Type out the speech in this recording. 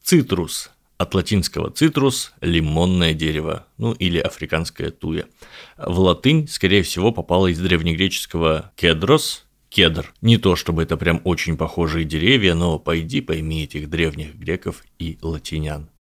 Цитрус. От латинского цитрус – лимонное дерево, или африканская туя. В латынь, скорее всего, попало из древнегреческого кедрос – кедр. Не то чтобы это прям очень похожие деревья, но пойди пойми этих древних греков и латинян.